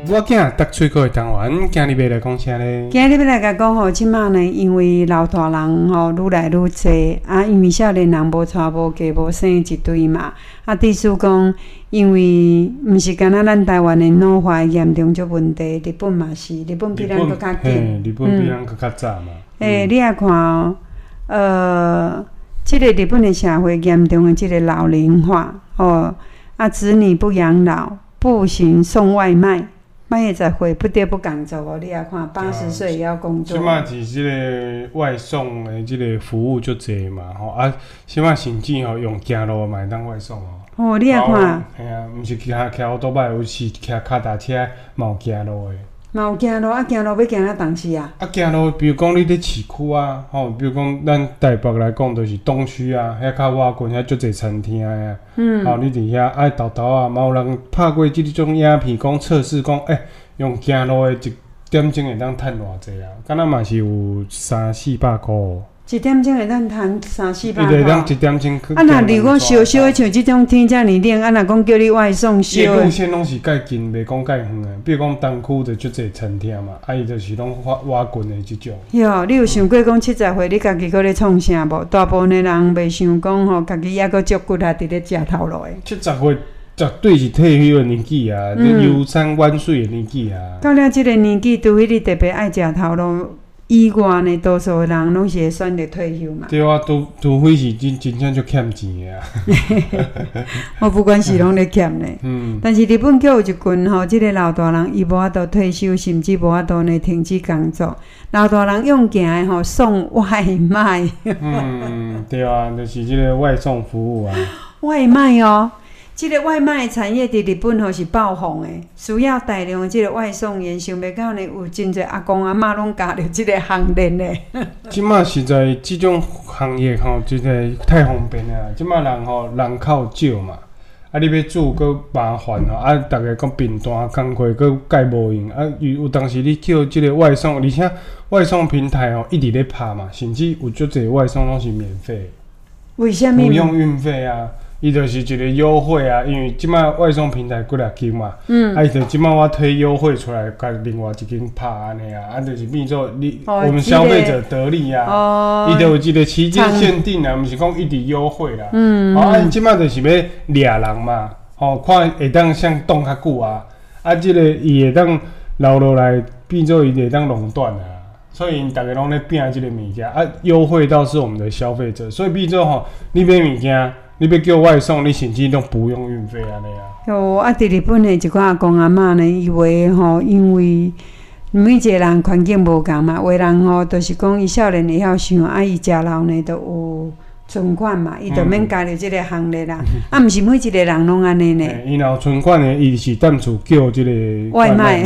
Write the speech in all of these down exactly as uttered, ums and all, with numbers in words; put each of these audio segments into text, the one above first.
我囝读喙口的同学，今日要来讲啥呢？ 今日要来甲讲吼，即摆呢，因为老大人吼愈来愈侪，啊，因为少年人无娶无嫁无生一堆嘛，啊，意思讲，因为毋是干那咱台湾的脑化严重足问题，日本嘛是，日本比咱搁较紧， 日本比咱搁较早嘛。 诶、嗯，你也看哦，呃，即、这个日本的社会严重的即个老龄化，哦，啊，子女不养老，步行送外卖。半夜十岁不得不工作哦，你也看八十岁也要工作。 即摆是即个外送的即个服务足侪嘛，吼啊，即摆甚至吼用行路嘛会当外送哦。 哦，你也看。 嘿啊，毋是骑骑奥多摆，有是骑脚踏车，嘛有行路的。 嘛有行路啊，行路要行到当时啊。 啊，行路，比如讲你伫市区啊，吼，比如讲咱台北来讲，就是东区啊，遐较外近，遐足侪餐厅啊。嗯。吼，你伫遐爱豆豆啊，嘛有人拍过即种影片，讲测试讲，诶、欸，用行路的一点钟会当趁偌济啊？敢若嘛是有三四百箍。 一点钟会当趁三四百箍。 伊会当一点钟去。 啊，若如果烧烧的像即种天遮尔冷，啊，若讲叫你外送烧的。伊路线拢是介近，袂讲介远的。比如讲东区就足侪餐厅嘛，啊，伊就是拢外近的即种。 哟，你有想过讲七十岁你家己搁咧创啥无？大部分的人袂想讲吼，家己抑搁足骨啊，伫咧食头路的。 七十岁绝对是退休的年纪啊，嗯、游山玩水的年纪啊。 到了即个年纪，除非你特别爱食头路。以外呢，多数人拢是会选择退休嘛。 对啊，除除非是真真正足欠钱的啊。 我不管是拢咧欠咧。嗯。但是日本叫有一群吼，即、這個老大人伊无法度退休，甚至无法度呢停止工作。老大人用行的吼送外卖。 嗯，对啊，就是即个外送服务啊。 外卖哦。即个外卖产业伫日本吼是爆红诶，需要大量的即个外送员，想袂到呢有真侪阿公阿嬷拢加入即个行列咧。 即马实在即种行业吼，真个太方便了。即马人吼人口少嘛，啊你要煮佫麻烦吼，啊逐个讲订单工课佫介无用，啊有有当时你叫即个外送，而且外送平台吼一直咧拍嘛，甚至有足侪外送拢是免费， 为虾米？ 不用运费啊。伊就是一个优惠啊，因为即摆外送平台几啊间嘛，嗯，啊，伊就即摆我推优惠出来，甲另外一间拍安尼啊，啊，就是变做你、哦、我们消费者得利啊，哦，伊就有一个期间限定啊，毋是讲一直优惠啦，嗯，哦，啊，伊即摆就是要掠人嘛，吼、哦，看会当像冻较久啊，啊，即、这个伊会当留落来，变做伊会当垄断啊。所以，大家拢咧拼即个物件啊，优惠到是我们的消费者，所以变做吼，你买物件。你要叫外送，你甚至都不用运费安尼啊。 哦，啊，伫日本的一寡阿公阿嬷呢，以为吼，因为每一个人环境无共嘛，有的人吼，就是讲伊少年会晓想，啊，伊食老呢都有存款嘛，伊就免加入即个行列啦。嗯、啊，毋是每一个人拢安尼呢。 伊若有存款的，伊是踮厝叫即个外卖。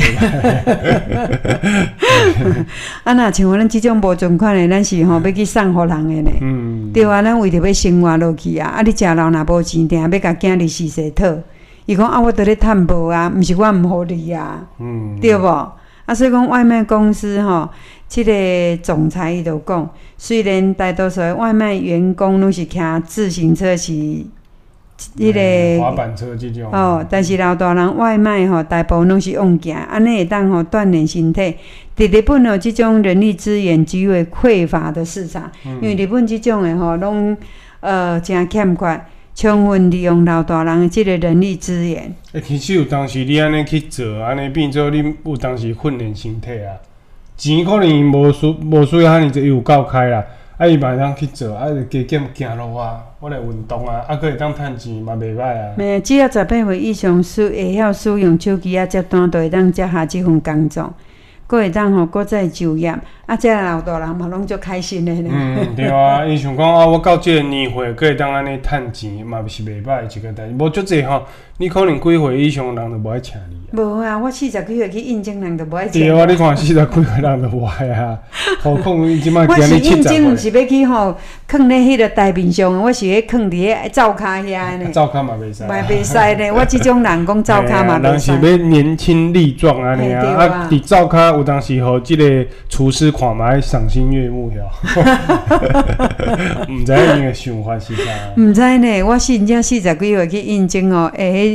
啊，若像咱即种无存款的，咱是吼要去送互人的呢。嗯。对啊，咱为着要生活落去啊，啊，你食老若无钱，定要甲囝儿死死讨。伊讲啊，我伫咧趁无啊，毋是我毋互你啊。嗯。对无？啊，所以讲外卖公司吼，即、這个总裁伊就讲，虽然大多数的外卖员工拢是骑自行车，是迄、那个、 嗯、滑板车即种。 哦，但是老大人外卖吼，大部分拢是用行，安尼会当吼锻炼身体。伫日本吼，即种人力资源极为匮乏的市场，嗯、因为日本即种的吼，拢呃真欠缺。充分利用老大人的即个人力资源。 诶、欸，其实有当时你安尼去做，安尼变做你有当时训练身体啊。钱可能无需无需要遐尼济，伊有够开啦。啊，伊嘛会当去做，啊，就加减行路啊，我来运动啊，啊，佫会当趁钱嘛，袂歹啊。 没，只要十八岁以上使会晓使用手机啊接单，就会当接下即份工作。佫会当吼，佫再就业，啊，这老大人嘛拢足开心的呢。 嗯，对啊，伊想讲啊，我到这个年岁，佫会当安尼趁钱，嘛是袂歹一个代志。无足济吼，你可能几岁以上人就无爱请你。 无啊，我四十几岁去应征，人就无爱请。 对啊，你看四十几岁人就无爱啊。何况伊即摆今日七十岁。 我是应征，毋是要去吼，囥咧迄个台面上，我是咧囥伫个灶骹遐呢。 灶骹嘛袂使。 嘛袂使呢，我即种人讲灶骹嘛袂使。 人是要年轻力壮安尼啊，啊，伫灶骹有当时互即个厨师看嘛，赏心悦目哟。毋知影伊个想法是啥？ 毋知呢，我真正四十几岁去应征哦，诶。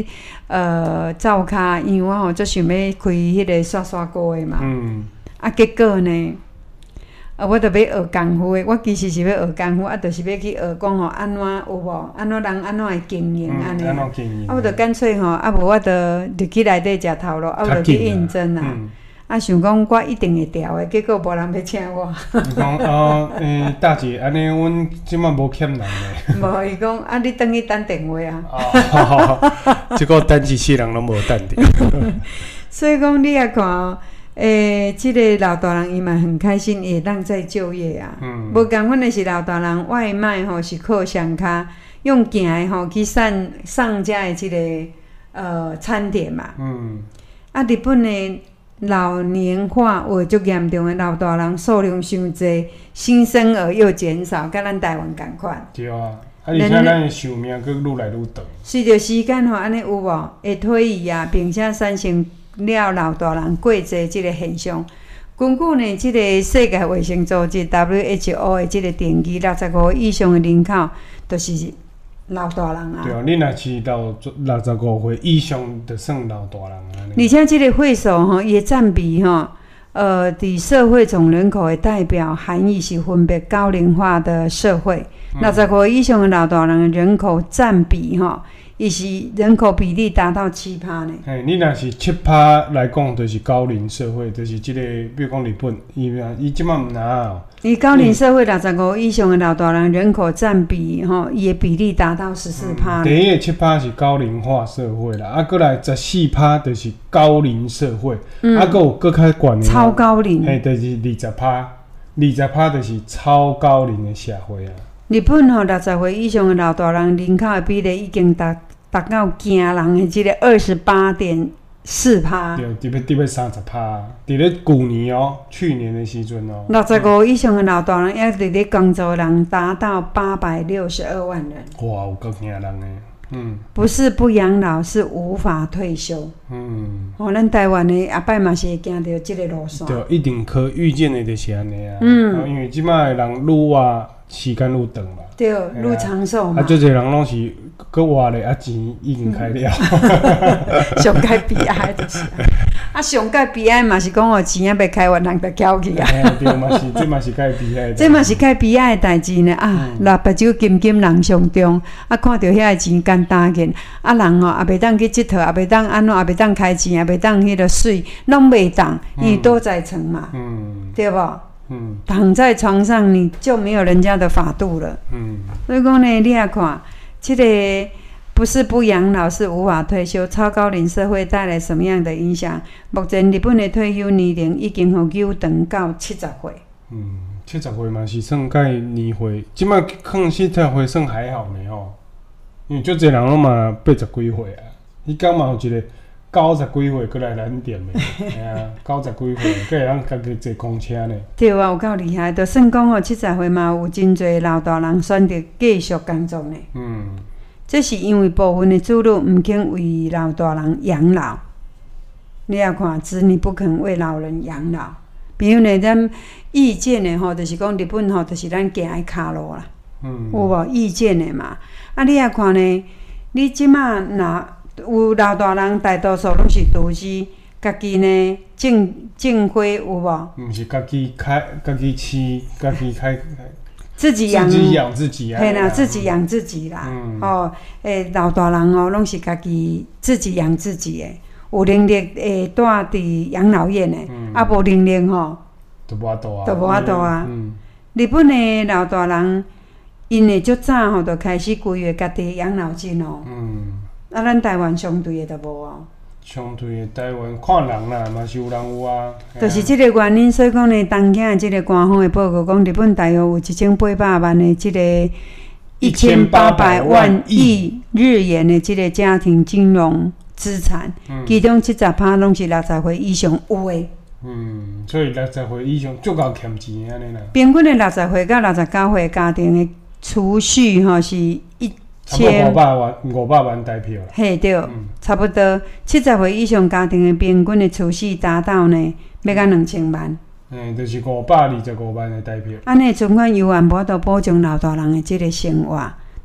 呃灶骹，因为我吼足想要开迄个刷刷锅的嘛。 嗯。 啊，结果呢，啊，我着要学功夫的。我其实是要学功夫，啊，就是要去学讲吼安怎有无？安怎人安怎会经营安尼、 嗯？安怎经营？ 啊，我着干脆吼，啊无我着入去内底食头路，啊，我着去应征啊。嗯啊，想讲我一定会调的，结果无人要请我。 伊讲哦，诶、欸，大姐，安尼阮即摆无欠人咧。无， 伊讲啊，你等去等电话啊。 哦，结果等一世人拢无等着。 所以讲，你也看哦，诶、欸，即、这个老大人伊嘛很开心，也当再就业啊。嗯。无共阮的是老大人外卖吼，是靠双骹用行的吼去上上家的即、这个呃餐点嘛。嗯。啊，日本的。老年化有足严重的老大人数量伤济，新生儿又减少，甲咱台湾共款。 对啊，啊而且咱的寿命佫愈来愈长。 随着时间吼，安尼有无会推移啊，并且产生了老大人过济即个现象。根据呢，即个世界卫生组织 W H O 的即个定义，六十五以上的人口就是。老大人啊！ 对啊，你若是到六十五岁以上，就算老大人啊。 而且这个会数吼，伊占比吼，呃，伫社会总人口的代表含义是分别高龄化的社会，六十五以上的老大人的人口占比吼，伊是人口比例达到七趴呢。 嘿，你若是七趴来讲，就是高龄社会，就是即、这个，比如讲日本，伊伊即摆毋拿哦。 伊高龄社会六十五以上的老大人人口占比吼，伊的比例达到十四趴。 第一个七趴是高龄化社会啦，啊，过来十四趴就是高龄社会，嗯、啊，搁有搁较悬的超高龄， 嘿，就是二十趴，二十趴就是超高龄的社会啊。 日本吼六十岁以上的老大人人口的比例已經達達到驚人的即個二十八點四趴。 對，特別特別三十趴。佇咧舊年哦，去年的時陣哦。 六十五以上的老大人，也佇咧工作的人達到八百六十二萬人。 哇，有夠驚人的。嗯。 不是不養老，是無法退休。嗯。哦，咱台灣的阿伯嘛是會行到即個路線。 對，一定可預見的就是安尼啊。嗯。因為即擺的人愈活時間愈長嘛。 对，愈长寿嘛。 啊，最侪人拢是佫活咧，啊钱已經開了。 上界悲哀就是，啊上界悲哀嘛是講哦錢還未開完，人就翹去啊。 對嘛是，這嘛是介悲哀。 這嘛是介悲哀的代志呢啊！六白酒金金人上中，啊看到遐個錢簡單嘅，啊人吼也袂當去佚佗，也袂當安怎，也袂當開錢，也袂當迄個水，攏袂當，因為都在床嘛，嗯、對無？嗯，躺在床上你就没有人家的法度了。嗯，所以讲呢，你也看，这个不是不养老，是无法退休。超高龄社会带来什么样的影响？目前日本的退休年龄已经互扭长到七十岁。 嗯，七十岁嘛是算介年岁，即摆看七十岁算还好呢吼，因为足侪人拢嘛八十几岁啊，伊讲嘛有一个。九十几岁过来咱店的，哎呀，九十几岁，个会当家己坐公车呢。 对啊，有够厉害，就算讲吼七十岁嘛，有真侪老大人选择继续工作呢。嗯，这是因为部分的子女毋肯为老大人养老。你也看，子女不肯为老人养老。比如呢，咱意见的吼，就是讲日本吼，就是咱行的骹路啦。嗯，有无意见的嘛？啊，你也看呢，你即马若有老大人，大多数拢是独资，家己呢种种花有无？ 毋是家己开，家己饲，家己开， 自己养， 自己养自己啊。 嘿啦，自己养自己啦。嗯、哦，诶，老大人哦，拢是家己自己养自己诶，有能力会住伫养老院诶，嗯、啊无能力吼， 都无法度啊， 都无法度啊。嗯、日本诶老大人，因会足早吼，就開始規劃家己養老金哦。嗯。啊，咱台灣相對的都無哦。 相對的台灣看人啦，嘛是有人有啊。 就是即個原因，所以講呢，東京的即個官方的報告講，日本大約有一千八百萬的即個一千八百萬億日元的即個家庭金融資產，嗯、其中七十趴攏是六十歲以上有的。 嗯，所以六十歲以上足夠欠錢安尼啦。 平均的六十歲到六十九歲家庭的儲蓄吼是一。 千五百萬五百萬台票啦， 嘿對，嗯、差不多七十歲以上家庭的平均的儲蓄達到呢，要到兩千萬。 嗯，就是五百二十五萬的台票。 安尼存款有限，無法度保障老大人的這個生活，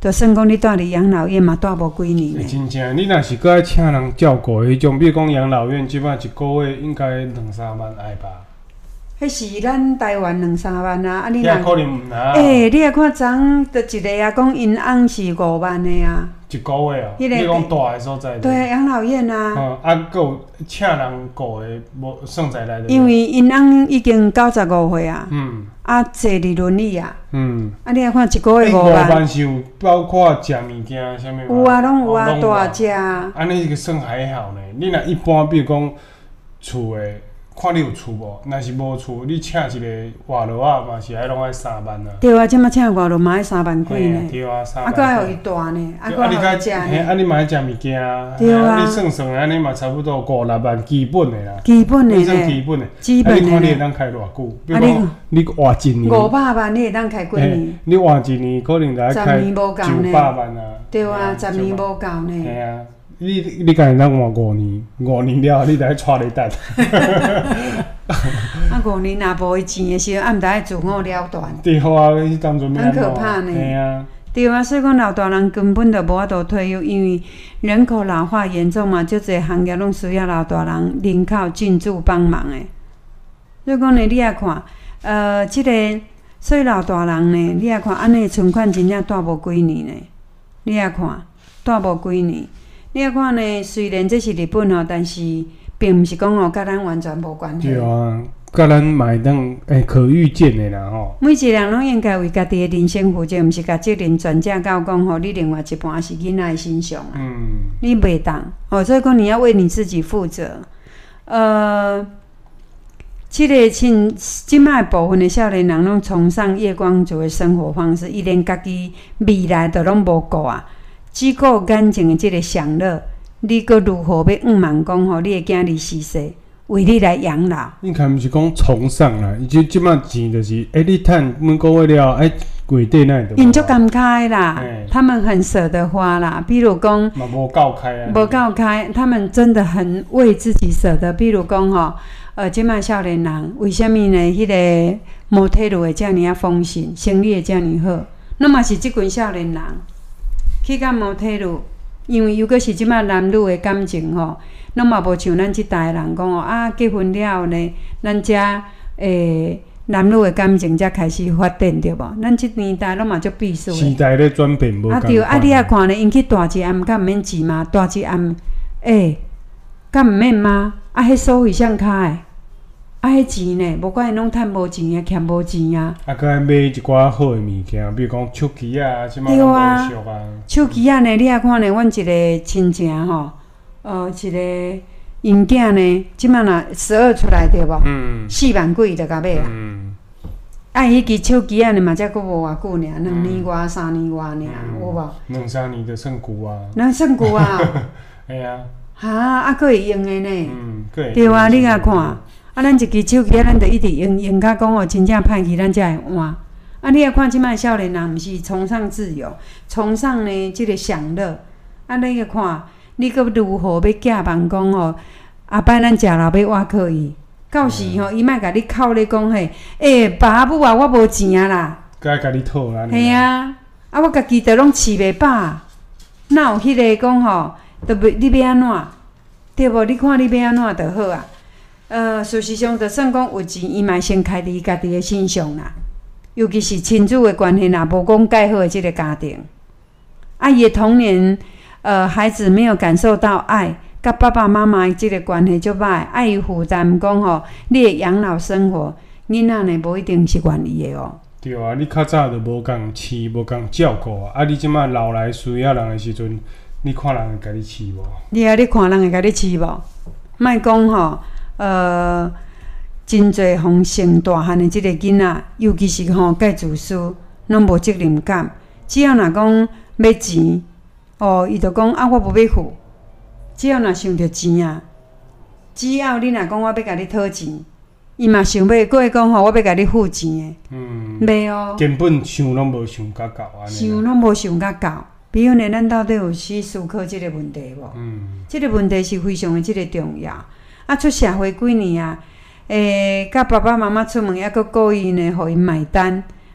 就算讲你住伫养老院嘛，住无几年诶。真正，你若是搁爱请人照顾迄种，比如讲养老院，即摆一个月应该两三万爱吧。 迄是咱台湾两三万啊，啊你若可能毋拿。 诶、欸，你来看昨得一个啊，讲因翁是五万的啊。 一个月哦，你讲大诶所在。 对，养老院啊。 嗯，啊，佫有请人顾诶，无算在内底。 因为因翁已经九十五岁啊。 嗯。 啊，坐伫轮椅啊。 嗯。 啊，你来看一个月五万。 五万是有包括食物件啥物？ 有啊，拢有啊，大食。 安尼个算还好呢。你若一般，比如讲厝诶。看你有厝无？若是无厝，你请一个外劳啊，嘛是爱拢爱三万啊。 对啊，即马请外劳嘛爱三万几呢。 对啊，三万。 啊，搁爱互伊住呢，啊，搁爱互伊食呢。 啊，你嘛爱食物件啊。 对啊。 你算算安尼嘛，差不多五六万基本的啦。 基本的呢。算基本的。 基本的。 啊，你看你会当开偌久？比如讲，你活一年。 五百万你会当开几年？ 你活一年可能就爱开九百万啊。 对啊，十年无够呢。 嘿啊。你你家己当活五年，五年了后你就爱带你等。 啊，五年若无伊钱的时候，啊，毋知爱自我了断。 对啊，迄当阵很可怕呢。 嘿啊。 对啊，所以讲老大人根本就无法度退休，因为人口老化严重嘛，足侪行业拢需要老大人人口进驻帮忙的。所以讲呢，你来看，呃，即、这个所以老大人呢，你来看，安尼存款真正住无几年呢。你来看，住无几年。你来看呢，虽然这是日本吼，但是并毋是讲吼，甲咱完全无关系。 对啊，甲咱嘛会当诶可预见的啦吼。 每一个人拢应该为家己的人生负责，毋是甲责任转嫁到讲吼，你另外一半是囡仔的身上啊。嗯。你袂当哦，所以讲你要为你自己负责。呃，即、这个亲即摆部分的少年人拢崇尚夜光族的生活方式，伊连家己未来都拢无顾啊。只顾眼前的即个享乐，你阁如何要毋茫讲吼？你的囝儿逝世，为你来养老？ 应该毋是讲崇尚啦，伊即即摆钱就是，哎、欸，你趁每个月了，哎、欸，月底那就。 因足感慨啦，欸、他们很舍得花啦。比如讲， 嘛无够开啊， 无够开，他们真的很为自己舍得。比如讲吼，呃，即摆少年人为虾米呢？迄、那个摩天轮会遮尔啊丰盛，生意会遮尔好，那嘛是即群少年人。去甲摩天轮，因为尤其是即摆男女的感情吼，拢嘛无像咱即代人讲哦啊，结婚了后呢，咱遮诶男女的感情才开始发展对无？咱即年代拢嘛足避暑的。 时代咧转变无共款。 啊对，啊你啊看咧，因去大一暗，敢毋免钱吗？大一暗，诶，敢毋免吗？啊，迄所费上卡诶。啊，迄钱呢？无怪因拢趁无钱啊，欠无钱啊。 啊，佮爱买一寡好诶物件，比如讲手机啊，即摆拢无俗啊。 手机啊呢，你啊看呢，阮一个亲戚吼，呃，一个因囝呢，即摆若十二出来对无？嗯。四万几就甲买啊。嗯。啊，迄支手机啊呢嘛，才阁无偌久尔，两年外、三年外尔，有无？ 两三年就算久啊。 那算久啊。 系啊。 哈，啊，佫会用诶呢。 嗯，佫会。 对啊，你啊看。啊，咱一支手机啊，咱着一直用用甲讲哦，真正歹去，咱才会换。啊，你啊看即摆少年人，毋是崇尚自由，崇尚呢即个享乐。啊，你个看，你阁如何要假扮讲哦？后摆咱食老要挖可以，到时吼，伊莫甲你哭咧讲嘿，诶、欸，爸母啊，我无钱啊啦。 该甲你讨啦。 系啊，啊，我家己着拢饲袂饱，哪有迄个讲吼？着要你要安怎？对无？你看你要安怎着好啊？呃，事实上，就算讲有钱，伊嘛先开伫家己的身上啦。尤其是亲子的关系啦，无讲介好的即个家庭，啊，伊的童年，呃，孩子没有感受到爱，甲爸爸妈妈的即个关系足歹，爱伊负担讲吼，你的养老生活，囡仔呢无一定是愿意的哦。 对啊，你较早就无共饲，无共照顾啊，啊，你即摆老来需要人的时阵，你看人会甲你饲无？ 你啊，你看人会甲你饲无？莫讲吼。呃，真侪方成大汉的即个囡仔，尤其是吼介自私，拢无责任感。只要若讲要钱，哦，伊就讲啊，我无要付。只要若想着钱啊，只要你若讲我要甲你讨钱，伊嘛想要，过会讲吼，我要甲你付钱的。嗯。袂哦。根本想拢无想甲到安尼。 想拢无想甲到，比如呢，咱到底有去思考即个问题无？嗯。即个问题是非常的即个重要。啊，出社会几年啊？诶，甲爸爸妈妈出门，还阁故意呢，互因买单，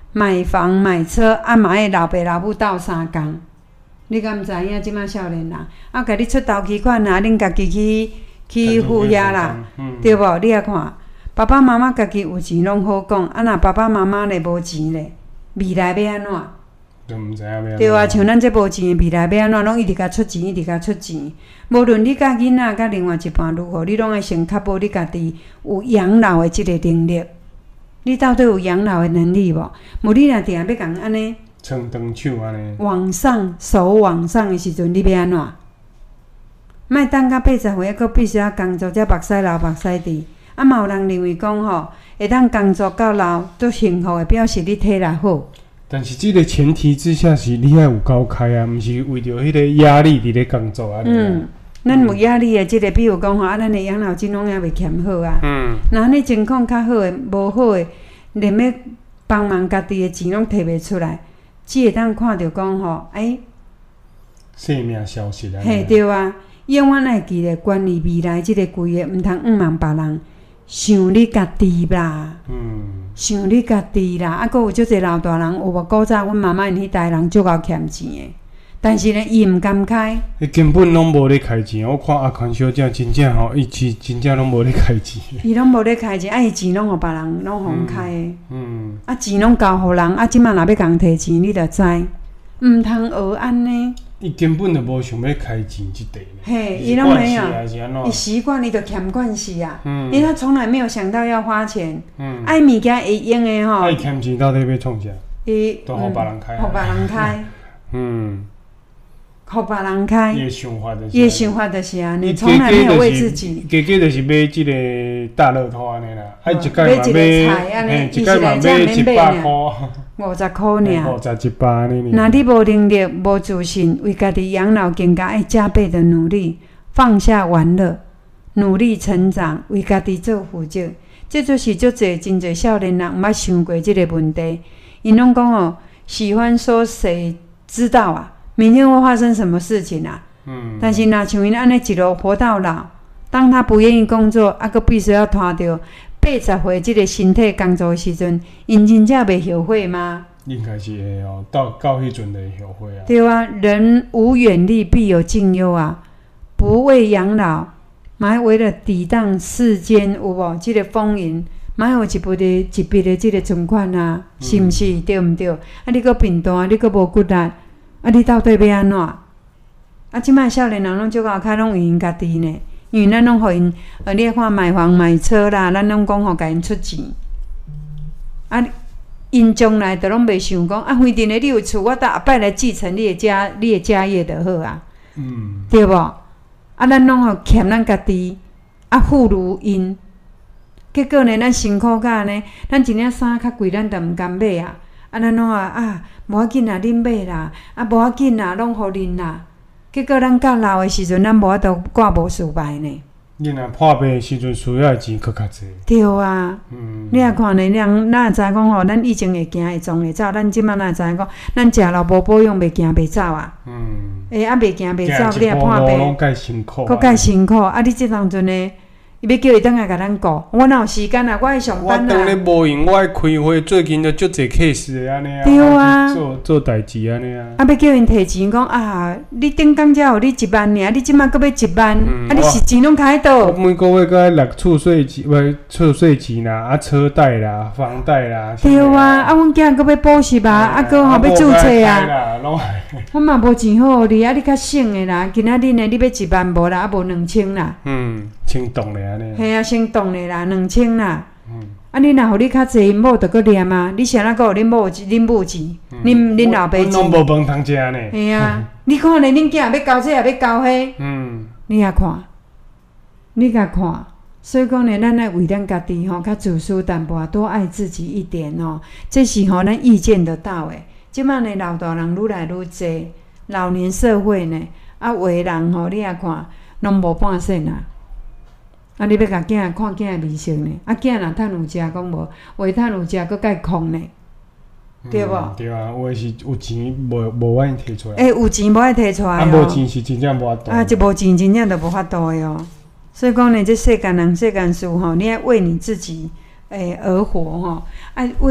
买房买车，啊嘛爱老爸老母斗相共。你敢毋知影？即摆少年人，啊，甲你出头期款啊，恁家己去去付遐啦，嗯、对无？你啊看，爸爸妈妈家己有钱拢好讲，啊，若爸爸妈妈咧无钱咧，未来要安怎？ 都毋知影要安怎。 对啊，像咱这无钱的未来要安怎？拢一直甲出钱，一直甲出钱。无论你甲囡仔甲另外一半如何，你拢爱先确保你家己有养老的即个能力。你到底有养老的能力无？无你若定要共安尼。 撑长手安尼， 往上手往上的时阵，你要安怎？莫等到八十岁，还佫必须要工作，才目屎流目屎滴。啊，嘛有人认为讲吼，会当工作到老，足幸福的，表示你体力好。 但是这个前提之下是你要有够开啊，毋是为着迄个压力伫咧工作啊。 嗯，咱有压力的即、这个，比如讲吼，啊，咱的养老金拢也袂欠好啊。嗯。那你情况较好的，无好的，连要帮忙家己的钱拢摕袂出来。只会当看到讲吼，哎， 生命消失啊！ 嘿，对啊，永远爱记咧，管理未来即个规个，毋通毋望别人想你家己啦。嗯。想你家己啦，啊，佫有足侪老大人，有无？古早阮妈妈因迄代人足够欠钱的，但是呢，伊毋甘开。 伊根本拢无咧开钱，我看阿宽小姐真正吼，伊是真正拢无咧开钱。 伊拢无咧开钱，啊，伊钱拢互别人，拢互开的。嗯。啊，钱拢交互人，啊，即摆若要共摕钱，你着知，毋通学安尼。 伊根本就无想要开钱即块。 嘿，伊拢没有，伊习惯，伊就欠惯势啊。嗯。因为他从来没有想到要花钱。嗯。爱物件会用的吼。 爱欠钱到底要创啥？ 伊都互别人开。 互别人开。嗯。互别人开， 伊的想法就是， 伊的想法就是安尼，从来没有为自己。 加加就是买即个大乐透安尼啦，啊一届嘛买，嘿， 一届嘛买一百箍， 五十箍尔， 五十一百安尼。 若你无能力、无自信，为家己养老更加爱加倍的努力，放下玩乐，努力成长，为家己做负责。这就是足侪真侪少年人毋捌想过即个问题。因拢讲哦，喜欢说谁知道啊？明天会发生什么事情啊？嗯，但是若像因安尼一路活到老，当他不愿意工作，啊，佫必须要拖着八十岁即个身体工作的时阵，因真正袂后悔吗？ 应该是会哦，到到迄阵就会后悔啊。 对啊，人无远虑，必有近忧啊！不为养老，嘛为了抵挡世间有无即个风云，嘛有一笔的一笔的即个存款啊，是毋是？嗯、对毋对？啊，你佫贫惰，你佫无骨力。啊！你到底要安怎？啊！即摆少年人拢足够开，拢为因家己呢，因为咱拢互因，呃，你看买房买车啦，咱拢讲互甲因出钱。啊！因将来都拢袂想讲，啊，反正咧你有厝，我等后摆来继承你的家，你的家业就好啊。嗯。对无？啊！咱拢互欠咱家己，啊，不如因。结果呢，咱辛苦甲呢，咱一领衫较贵，咱就毋甘买啊。啊，咱拢话啊，无要紧啦，恁买啦，啊，无要紧啦，拢互恁啦。结果咱到老的时阵，咱无法度挂无事败呢。 你若破病的时阵，需要的钱佫较济。 对啊，嗯，你也看呢，人咱会知讲吼，咱以前会行会撞会走，咱即摆咱会知讲，咱食老无保养，袂行袂走啊。嗯。诶，啊，袂行袂走，你也破病， 拢介辛苦， 佫介辛苦。啊，你即当阵呢？伊要叫伊等下甲咱顾，我哪有时间啊？我爱上班啊！ 我当咧无闲，我爱开会，最近就足侪 case 的安尼啊。 对啊， 做做代志安尼啊。 啊，要叫因摕钱，讲啊，你顶工才有你一万尔，你即摆搁要一万，嗯、啊，你是钱拢开倒？ 我每个月搁爱纳储税钱，喂，储税钱啦，啊，车贷啦，房贷啦。 对啊，啊，阮囝搁要补习啊，啊，搁吼要注册啊。我嘛无钱好你啊，你较省的啦，今仔日呢，你要一万无啦，啊，无两千啦。 嗯，轻动咧。 系啊，先动咧啦，两千啦。嗯。啊，你若互你较济，因某着搁念啊。你谁人搁互恁某恁母钱，恁恁老爸钱？ 拢无饭通食呢。 系啊，你看咧，恁囝要交这也要交迄。嗯。你也看，你甲看，所以讲咧，咱爱为咱家己吼，较自私淡薄，多爱自己一点哦。这是吼，咱意见得到诶。即摆呢，老大人愈来愈济，老年社会呢，啊，有诶人吼，你也看，拢无半仙啊。啊！你要甲囝看囝诶面色呢？啊，囝若趁有食，讲无，话趁有食，佫甲伊空呢，对无、嗯？ 对啊，有诶是有钱无无法摕出来。 诶、欸，有钱无爱摕出来哦。 啊，无钱是真正无法度。 啊，一无钱真正就无法度诶哦。所以讲呢，这世间人世间事吼，你要为你自己诶而活吼，啊，为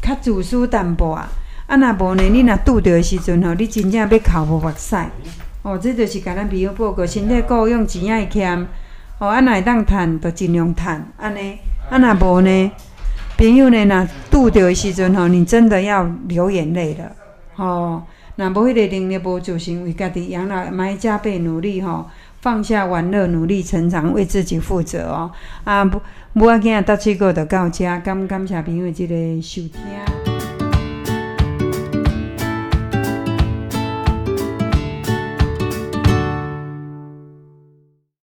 较自私淡薄啊。啊，若无呢，你若拄着的时阵吼，你真正要哭无目屎。哦，这就是甲咱朋友报告，身体顾用钱爱欠。哦，啊，若会当趁，就尽量趁，安尼。啊，若无呢，朋友呢，若拄着的时阵吼，你真的要流眼泪了。哦，若无迄个能力无自信，为家己养老，买加倍努力吼，放下玩乐，努力成长，为自己负责哦。啊，无无要紧啊，搭水果就到遮，感感谢朋友即个收听。